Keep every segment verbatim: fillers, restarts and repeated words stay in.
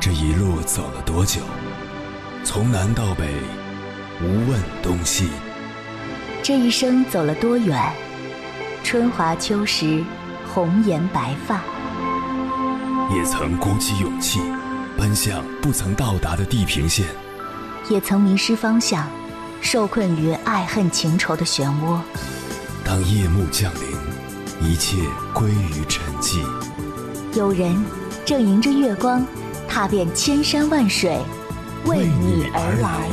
这一路走了多久？从南到北，无问东西。 这一生走了多远？春华秋实，红颜白发。 也曾鼓起勇气，奔向不曾到达的地平线。 也曾迷失方向，受困于爱恨情仇的漩涡。 当夜幕降临，一切归于沉寂。 有人正迎着月光，踏遍千山万水，为你而来。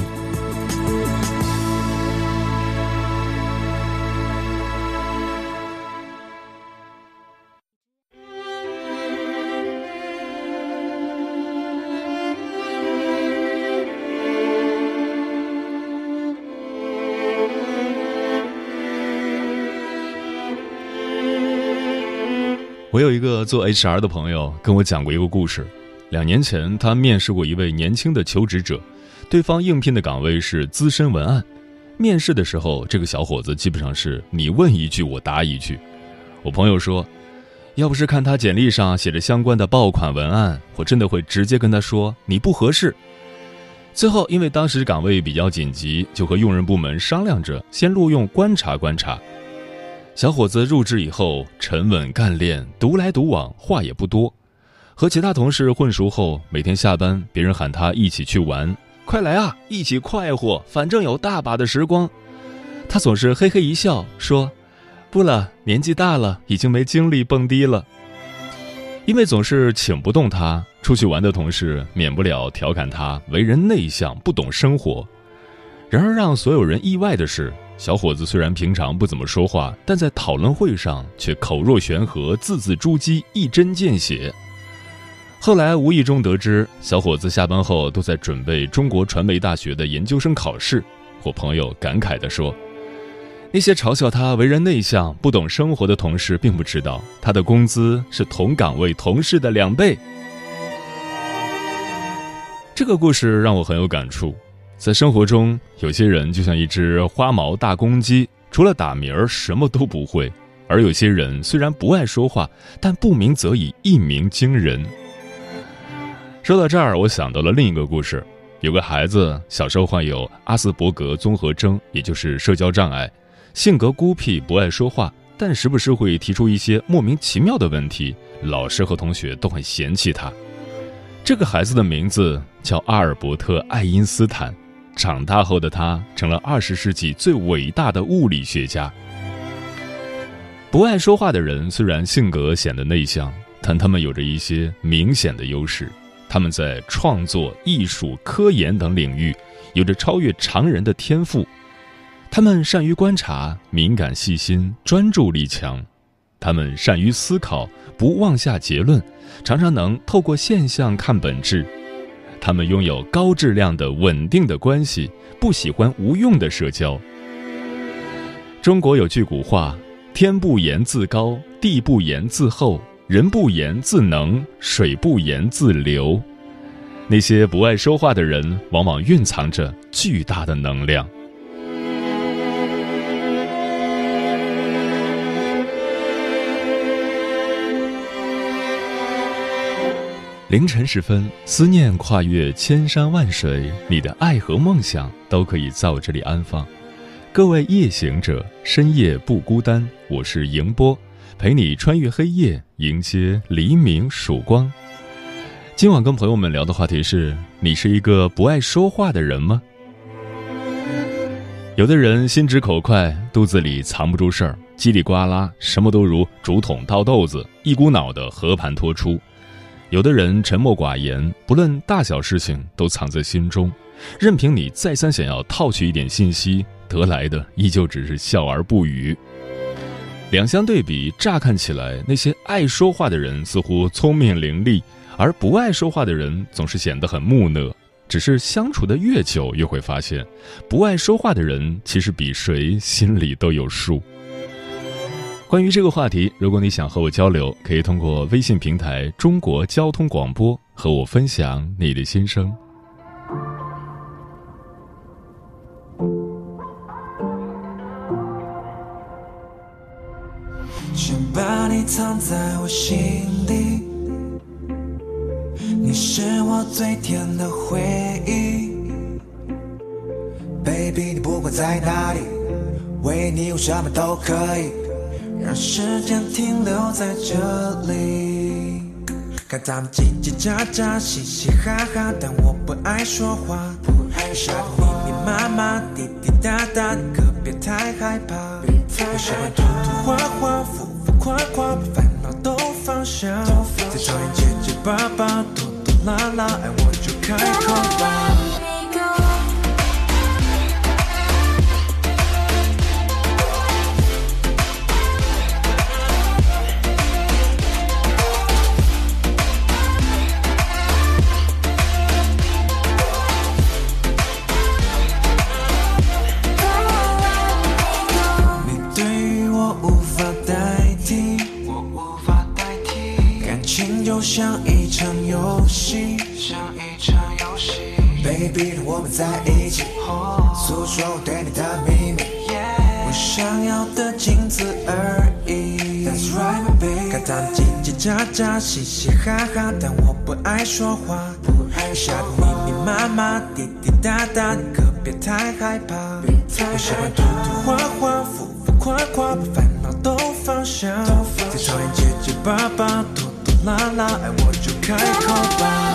我有一个做 H R 的朋友跟我讲过一个故事。两年前，他面试过一位年轻的求职者，对方应聘的岗位是资深文案。面试的时候，这个小伙子基本上是你问一句我答一句。我朋友说，要不是看他简历上写着相关的爆款文案，我真的会直接跟他说你不合适。最后因为当时岗位比较紧急，就和用人部门商量着先录用观察观察。小伙子入职以后沉稳干练，独来独往，话也不多。和其他同事混熟后，每天下班别人喊他一起去玩，快来啊，一起快活，反正有大把的时光。他总是嘿嘿一笑说，不了，年纪大了，已经没精力蹦迪了。因为总是请不动他，出去玩的同事免不了调侃他为人内向，不懂生活。然而让所有人意外的是，小伙子虽然平常不怎么说话，但在讨论会上却口若悬河，字字珠玑，一针见血。后来无意中得知，小伙子下班后都在准备中国传媒大学的研究生考试。我朋友感慨地说，那些嘲笑他为人内向、不懂生活的同事并不知道，他的工资是同岗位同事的两倍。这个故事让我很有感触。在生活中，有些人就像一只花毛大公鸡，除了打鸣儿什么都不会；而有些人虽然不爱说话，但不鸣则已，一鸣惊人。说到这儿，我想到了另一个故事。有个孩子小时候患有阿斯伯格综合征，也就是社交障碍，性格孤僻，不爱说话，但时不时会提出一些莫名其妙的问题，老师和同学都很嫌弃他。这个孩子的名字叫阿尔伯特·爱因斯坦。长大后的他成了二十世纪最伟大的物理学家。不爱说话的人虽然性格显得内向，但他们有着一些明显的优势。他们在创作、艺术、科研等领域有着超越常人的天赋。他们善于观察，敏感细心，专注力强。他们善于思考，不妄下结论，常常能透过现象看本质。他们拥有高质量的稳定的关系，不喜欢无用的社交。中国有句古话，天不言自高，地不言自厚，人不言自能，水不言自流。那些不爱说话的人，往往蕴藏着巨大的能量。凌晨时分，思念跨越千山万水，你的爱和梦想都可以在我这里安放。各位夜行者，深夜不孤单，我是迎波，陪你穿越黑夜，迎接黎明曙光。今晚跟朋友们聊的话题是，你是一个不爱说话的人吗？有的人心直口快，肚子里藏不住事儿，叽里呱啦，什么都如竹筒倒豆子，一股脑的和盘托出。有的人沉默寡言，不论大小事情都藏在心中，任凭你再三想要套取一点信息，得来的依旧只是笑而不语。两相对比，乍看起来，那些爱说话的人似乎聪明伶俐，而不爱说话的人总是显得很木讷。只是相处的越久，越会发现，不爱说话的人其实比谁心里都有数。关于这个话题，如果你想和我交流，可以通过微信平台中国交通广播和我分享你的心声。 先把你藏在我心底， 你是我最甜的回忆。 Baby 你不管在哪里，为你我什么都可以，让时间停留在这里。看他们叽叽喳喳嘻嘻哈哈，但我不爱说话，不爱说话，密密麻麻滴滴答答，你可别太害怕。我喜欢涂涂画画，浮浮夸夸，把烦恼都放下，再讨厌结结巴巴，拖拖拉拉，爱我就开口吧。就像一场游戏，像一场游戏 Baby 让我们在一起，诉说我对你的秘密，我想要的仅此而已。 That's right my baby， 看他们叽叽喳喳嘻嘻哈哈，但我不爱说话，不爱说话，密密麻麻滴滴答答，你可别太害怕。我喜欢涂涂画画，浮浮夸夸，把烦恼都放下，最讨厌结结巴巴，拖拖拉拉，爱我就开口吧。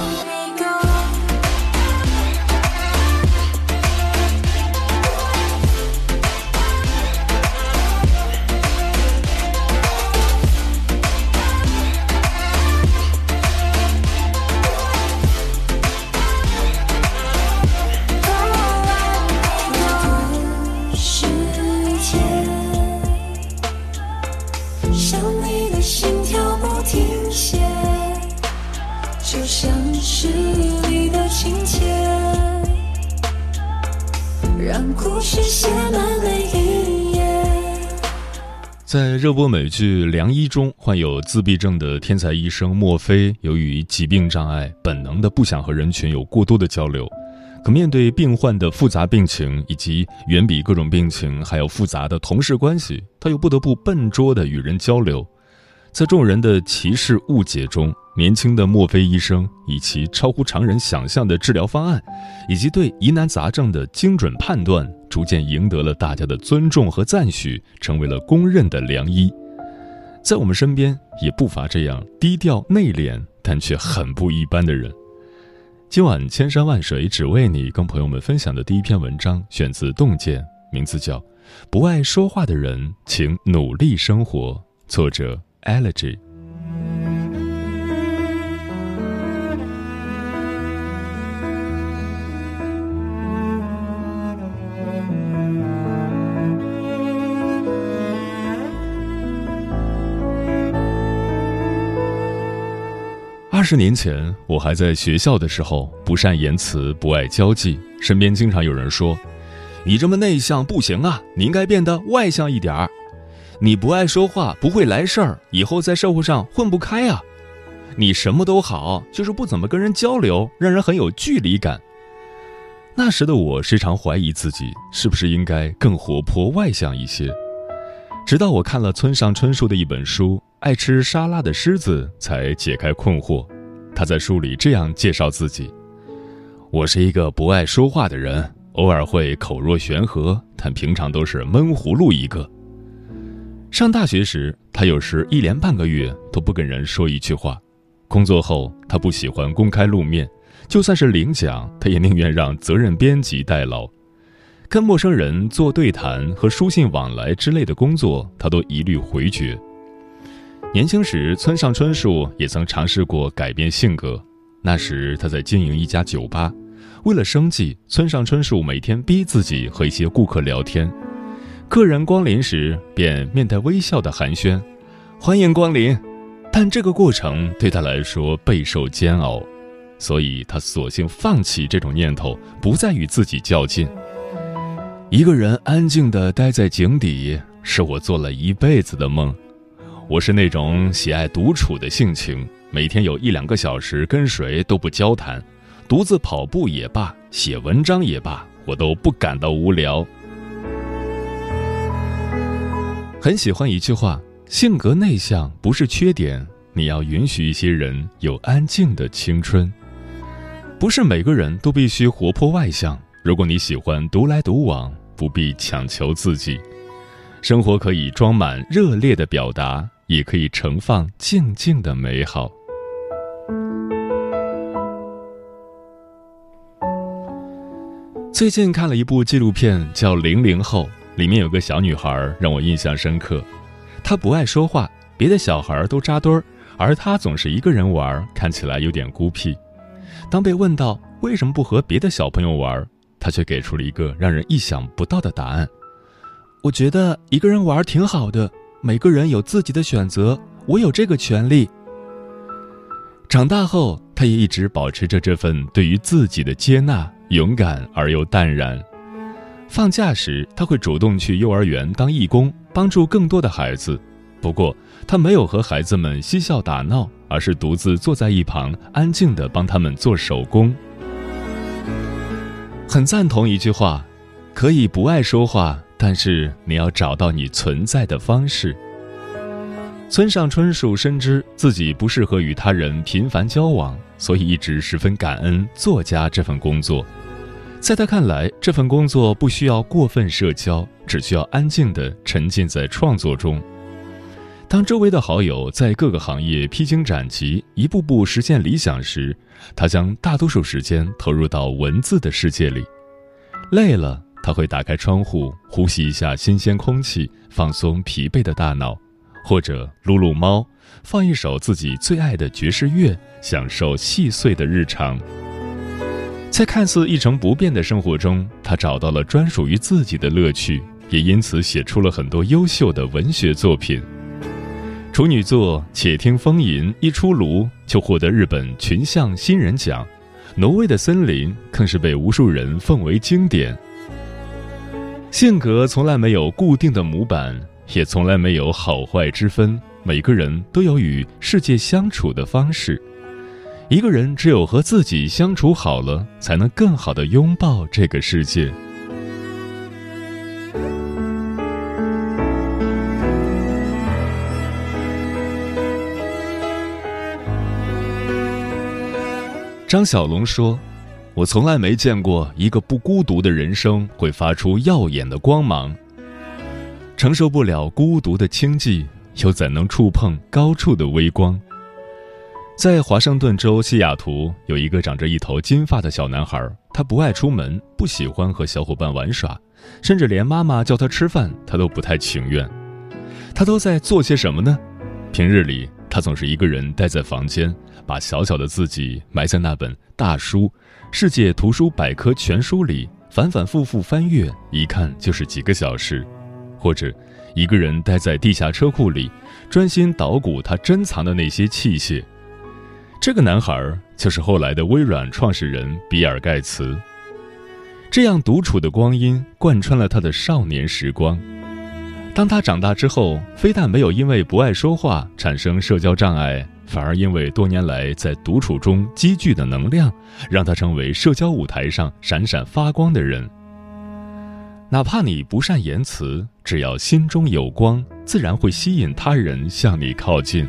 在热播美剧《良医》中，患有自闭症的天才医生墨菲，由于疾病障碍，本能的不想和人群有过多的交流。可面对病患的复杂病情，以及远比各种病情还要复杂的同事关系，他又不得不笨拙地与人交流。在众人的歧视误解中，年轻的墨菲医生以其超乎常人想象的治疗方案，以及对疑难杂症的精准判断，逐渐赢得了大家的尊重和赞许，成为了公认的良医。在我们身边也不乏这样低调内敛但却很不一般的人。今晚千山万水只为你，跟朋友们分享的第一篇文章选自洞见，名字叫《不爱说话的人请努力生活》，作者 Elegy。二十年前，我还在学校的时候，不善言辞，不爱交际，身边经常有人说：“你这么内向不行啊，你应该变得外向一点儿。你不爱说话，不会来事儿，以后在社会上混不开啊。你什么都好，就是不怎么跟人交流，让人很有距离感。”那时的我时常怀疑自己是不是应该更活泼外向一些。直到我看了村上春树的一本书《爱吃沙拉的狮子》，才解开困惑。他在书里这样介绍自己：我是一个不爱说话的人，偶尔会口若悬河，但平常都是闷葫芦一个。上大学时，他有时一连半个月都不跟人说一句话。工作后，他不喜欢公开露面，就算是领奖，他也宁愿让责任编辑代劳。跟陌生人做对谈和书信往来之类的工作，他都一律回绝。年轻时，村上春树也曾尝试过改变性格。那时他在经营一家酒吧，为了生计，村上春树每天逼自己和一些顾客聊天，客人光临时便面带微笑的寒暄，欢迎光临。但这个过程对他来说备受煎熬，所以他索性放弃这种念头，不再与自己较劲。一个人安静地待在井底，是我做了一辈子的梦。我是那种喜爱独处的性情，每天有一两个小时跟谁都不交谈，独自跑步也罢，写文章也罢，我都不感到无聊。很喜欢一句话：性格内向不是缺点， 你要允许一些人有安静的青春。不是每个人都必须活泼外向，如果你喜欢独来独往，不必强求自己。生活可以装满热烈的表达，也可以盛放静静的美好。最近看了一部纪录片叫《零零后》，里面有个小女孩让我印象深刻。她不爱说话，别的小孩都扎堆儿，而她总是一个人玩，看起来有点孤僻。当被问到为什么不和别的小朋友玩，她却给出了一个让人意想不到的答案：我觉得一个人玩挺好的，每个人有自己的选择，我有这个权利。长大后，她也一直保持着这份对于自己的接纳，勇敢而又淡然。放假时，她会主动去幼儿园当义工，帮助更多的孩子。不过，她没有和孩子们嬉笑打闹，而是独自坐在一旁，安静地帮他们做手工。很赞同一句话：可以不爱说话，但是你要找到你存在的方式。村上春树深知自己不适合与他人频繁交往，所以一直十分感恩作家这份工作。在他看来，这份工作不需要过分社交，只需要安静地沉浸在创作中。当周围的好友在各个行业披荆斩棘，一步步实现理想时，他将大多数时间投入到文字的世界里。累了，他会打开窗户，呼吸一下新鲜空气，放松疲惫的大脑，或者撸撸猫，放一首自己最爱的爵士乐，享受细碎的日常。在看似一成不变的生活中，他找到了专属于自己的乐趣，也因此写出了很多优秀的文学作品。处女作《且听风吟》一出炉就获得日本群像新人奖，挪威的森林更是被无数人奉为经典。性格从来没有固定的模板，也从来没有好坏之分，每个人都有与世界相处的方式。一个人只有和自己相处好了，才能更好地拥抱这个世界。张小龙说：我从来没见过一个不孤独的人生会发出耀眼的光芒。承受不了孤独的清寂，又怎能触碰高处的微光？在华盛顿州西雅图，有一个长着一头金发的小男孩，他不爱出门，不喜欢和小伙伴玩耍，甚至连妈妈叫他吃饭，他都不太情愿。他都在做些什么呢？平日里，他总是一个人待在房间，把小小的自己埋在那本大书《世界图书百科全书》里，反反复复翻阅，一看就是几个小时。或者一个人待在地下车库里，专心捣鼓他珍藏的那些器械。这个男孩就是后来的微软创始人比尔·盖茨。这样独处的光阴贯穿了他的少年时光。当他长大之后，非但没有因为不爱说话产生社交障碍，反而因为多年来在独处中积聚的能量，让他成为社交舞台上闪闪发光的人。哪怕你不善言辞，只要心中有光，自然会吸引他人向你靠近。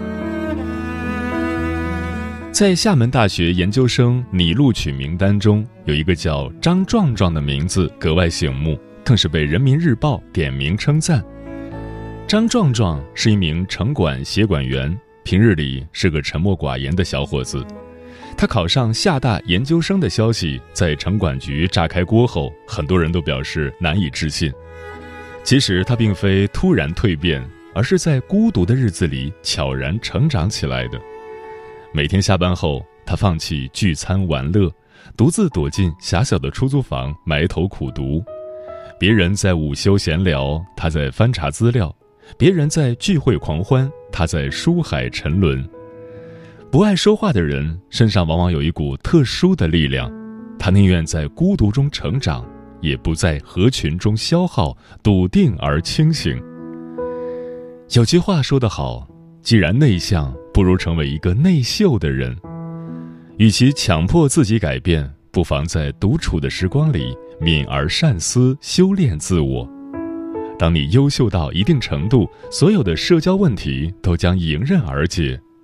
在厦门大学研究生拟录取名单中，有一个叫张壮壮的名字格外醒目，更是被人民日报点名称赞。张壮壮是一名城管协管员，平日里是个沉默寡言的小伙子。他考上厦大研究生的消息在城管局炸开锅后，很多人都表示难以置信。其实他并非突然蜕变，而是在孤独的日子里悄然成长起来的。每天下班后，他放弃聚餐玩乐，独自躲进狭小的出租房埋头苦读。别人在午休闲聊，他在翻查资料；别人在聚会狂欢，他在书海沉沦。不爱说话的人身上往往有一股特殊的力量，他宁愿在孤独中成长，也不在合群中消耗，笃定而清醒。有句话说得好，既然内向，不如成为一个内秀的人。与其强迫自己改变，不妨在独处的时光里敏而善思，修炼自我。当你优秀到一定程度，所有的社交问题都将迎刃而解，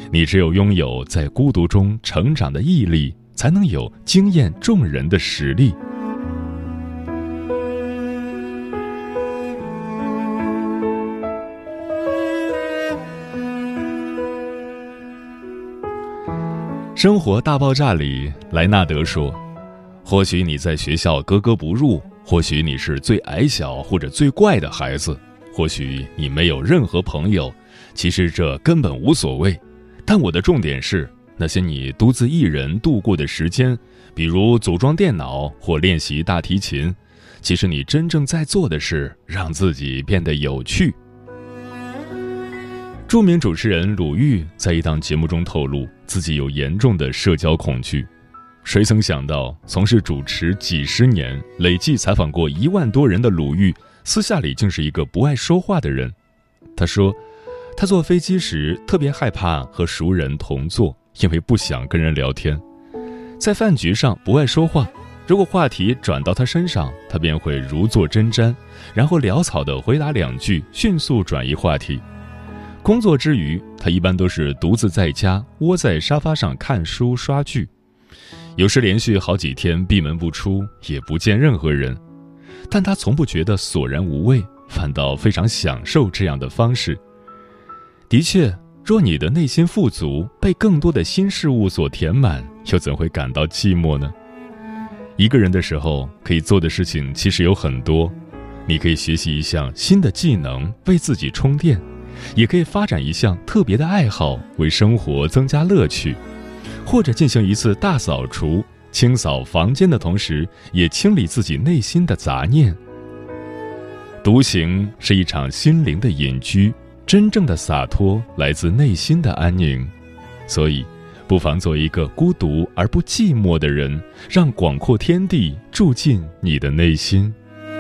你只有拥有在孤独中成长的毅力，才能有惊艳众人的实力。生活大爆炸里，莱纳德说，或许你在学校格格不入，或许你是最矮小或者最怪的孩子，或许你没有任何朋友，其实这根本无所谓。但我的重点是，那些你独自一人度过的时间，比如组装电脑或练习大提琴，其实你真正在做的是让自己变得有趣。著名主持人鲁豫在一档节目中透露，自己有严重的社交恐惧。谁曾想到，从事主持几十年，累计采访过一万多人的鲁豫，私下里竟是一个不爱说话的人。他说，他坐飞机时特别害怕和熟人同坐，因为不想跟人聊天。在饭局上不爱说话，如果话题转到他身上，他便会如坐针毡，然后潦草地回答两句，迅速转移话题。工作之余，他一般都是独自在家，窝在沙发上看书刷剧，有时连续好几天闭门不出，也不见任何人。但他从不觉得索然无味，反倒非常享受这样的方式。的确，若你的内心富足，被更多的新事物所填满，又怎会感到寂寞呢？一个人的时候，可以做的事情其实有很多。你可以学习一项新的技能，为自己充电，也可以发展一项特别的爱好，为生活增加乐趣，或者进行一次大扫除，清扫房间的同时，也清理自己内心的杂念。独行是一场心灵的隐居，真正的洒脱来自内心的安宁。所以，不妨做一个孤独而不寂寞的人，让广阔天地住进你的内心。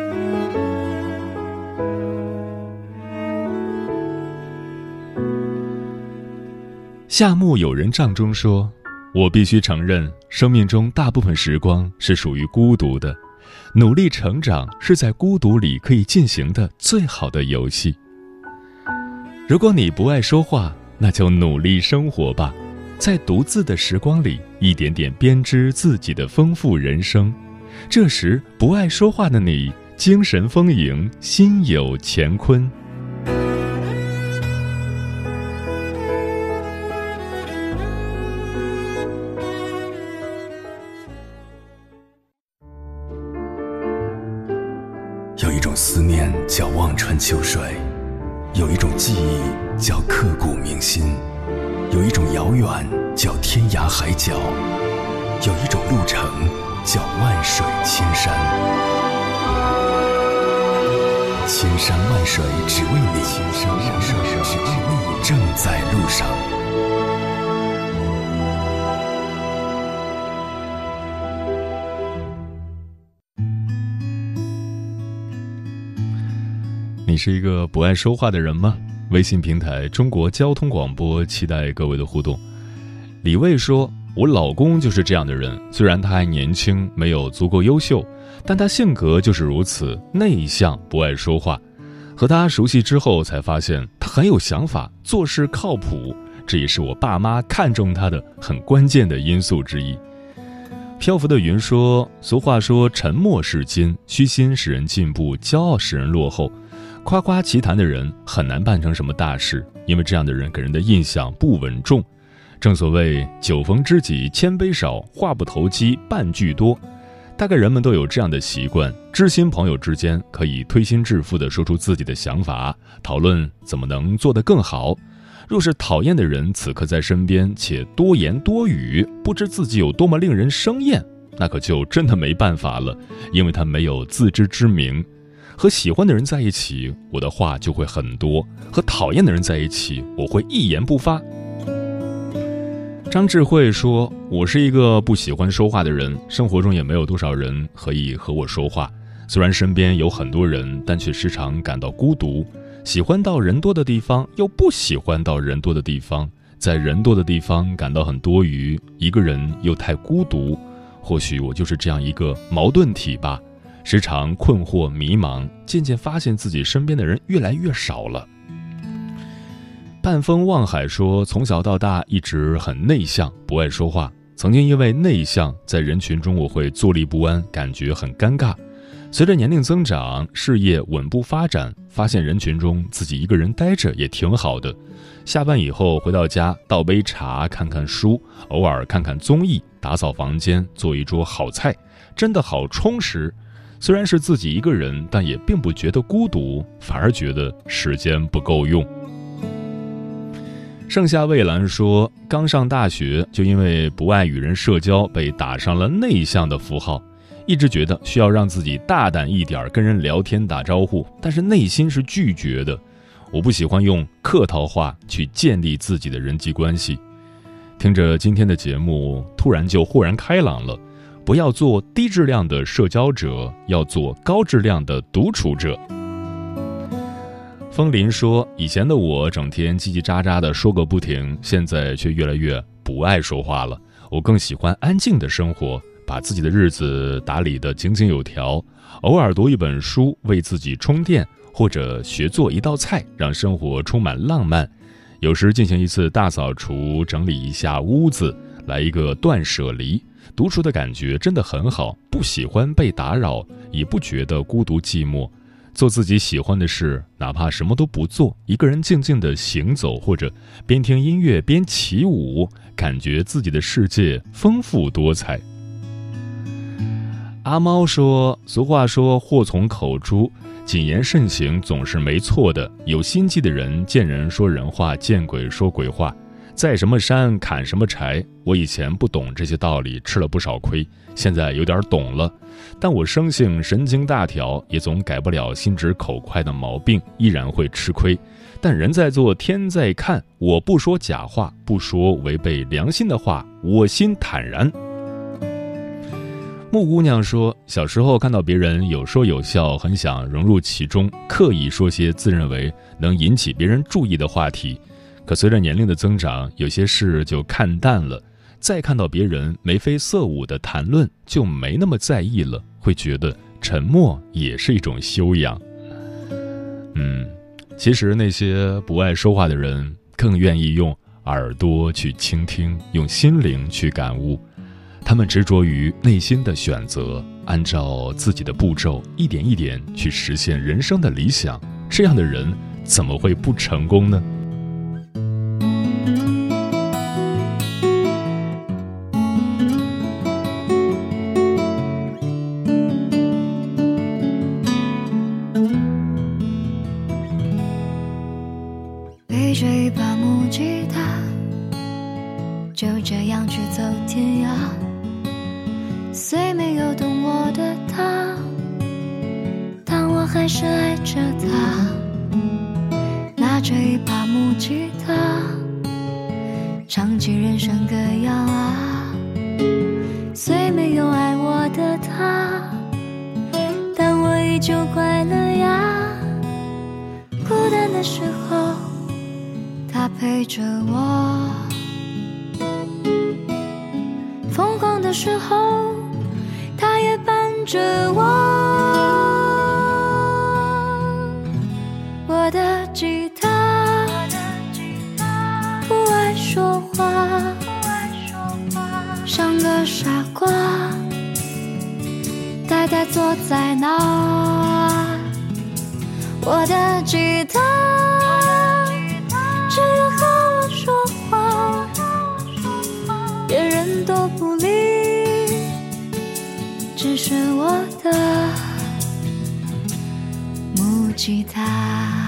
夏目友人帐中说，我必须承认，生命中大部分时光是属于孤独的，努力成长是在孤独里可以进行的最好的游戏。如果你不爱说话，那就努力生活吧，在独自的时光里，一点点编织自己的丰富人生。这时，不爱说话的你，精神丰盈，心有乾坤。 有一种思念叫望穿秋水，有一种记忆叫刻骨铭心，有一种遥远叫天涯海角，有一种路程叫万水千山。千山万水只为你，千山万水只为你，正在路上。 你是一个不爱说话的人吗？微信平台中国交通广播，期待各位的互动。李卫说，我老公就是这样的人，虽然他还年轻，没有足够优秀，但他性格就是如此，内向，不爱说话。和他熟悉之后才发现，他很有想法，做事靠谱，这也是我爸妈看中他的很关键的因素之一。漂浮的云说，俗话说沉默是金，虚心使人进步，骄傲使人落后。夸夸其谈的人很难办成什么大事，因为这样的人给人的印象不稳重。正所谓酒逢知己千杯少，话不投机半句多。大概人们都有这样的习惯，知心朋友之间可以推心置腹地说出自己的想法，讨论怎么能做得更好。若是讨厌的人此刻在身边且多言多语，不知自己有多么令人生厌，那可就真的没办法了，因为他没有自知之明。和喜欢的人在一起，我的话就会很多；和讨厌的人在一起，我会一言不发。张智慧说，我是一个不喜欢说话的人，生活中也没有多少人可以和我说话，虽然身边有很多人，但却时常感到孤独，喜欢到人多的地方，又不喜欢到人多的地方，在人多的地方感到很多余，一个人又太孤独。或许我就是这样一个矛盾体吧，时常困惑迷茫，渐渐发现自己身边的人越来越少了。 半风望海说，从小到大一直很内向，不爱说话。曾经因为内向，在人群中我会坐立不安，感觉很尴尬。随着年龄增长，事业稳步发展，发现人群中自己一个人待着也挺好的。下班以后回到家，倒杯茶，看看书，偶尔看看综艺，打扫房间，做一桌好菜，真的好充实。虽然是自己一个人，但也并不觉得孤独，反而觉得时间不够用。盛夏蔚蓝说，刚上大学就因为不爱与人社交被打上了内向的符号，一直觉得需要让自己大胆一点跟人聊天打招呼，但是内心是拒绝的。我不喜欢用客套话去建立自己的人际关系。听着今天的节目，突然就豁然开朗了，不要做低质量的社交者，要做高质量的独处者。风林说，以前的我整天叽叽喳喳的说个不停，现在却越来越不爱说话了。我更喜欢安静的生活，把自己的日子打理得井井有条，偶尔读一本书为自己充电，或者学做一道菜，让生活充满浪漫。有时进行一次大扫除，整理一下屋子，来一个断舍离。独处的感觉真的很好，不喜欢被打扰，也不觉得孤独寂寞。做自己喜欢的事，哪怕什么都不做，一个人静静地行走，或者边听音乐边起舞，感觉自己的世界丰富多彩。阿猫说，俗话说祸从口出，谨言慎行总是没错的。有心计的人见人说人话，见鬼说鬼话，在什么山砍什么柴。我以前不懂这些道理，吃了不少亏，现在有点懂了。但我生性神经大条，也总改不了心直口快的毛病，依然会吃亏。但人在做天在看，我不说假话，不说违背良心的话，我心坦然。木姑娘说，小时候看到别人有说有笑，很想融入其中，刻意说些自认为能引起别人注意的话题。可随着年龄的增长，有些事就看淡了，再看到别人眉飞色舞的谈论，就没那么在意了，会觉得沉默也是一种修养。嗯，其实那些不爱说话的人，更愿意用耳朵去倾听，用心灵去感悟。他们执着于内心的选择，按照自己的步骤，一点一点去实现人生的理想。这样的人怎么会不成功呢？ 背着一把木吉他，就这样去走天涯。虽没有懂我的他，但我还是爱着他。拿着一把木吉他，唱起人生歌谣啊。虽没有爱我的他，但我依旧快乐呀。孤单的时候他陪着我，疯狂的时候他也伴着我。我的吉他不爱说话，像个傻瓜，呆呆坐在那。我的吉他只要和我说话，别人都不理，只是我的木吉他。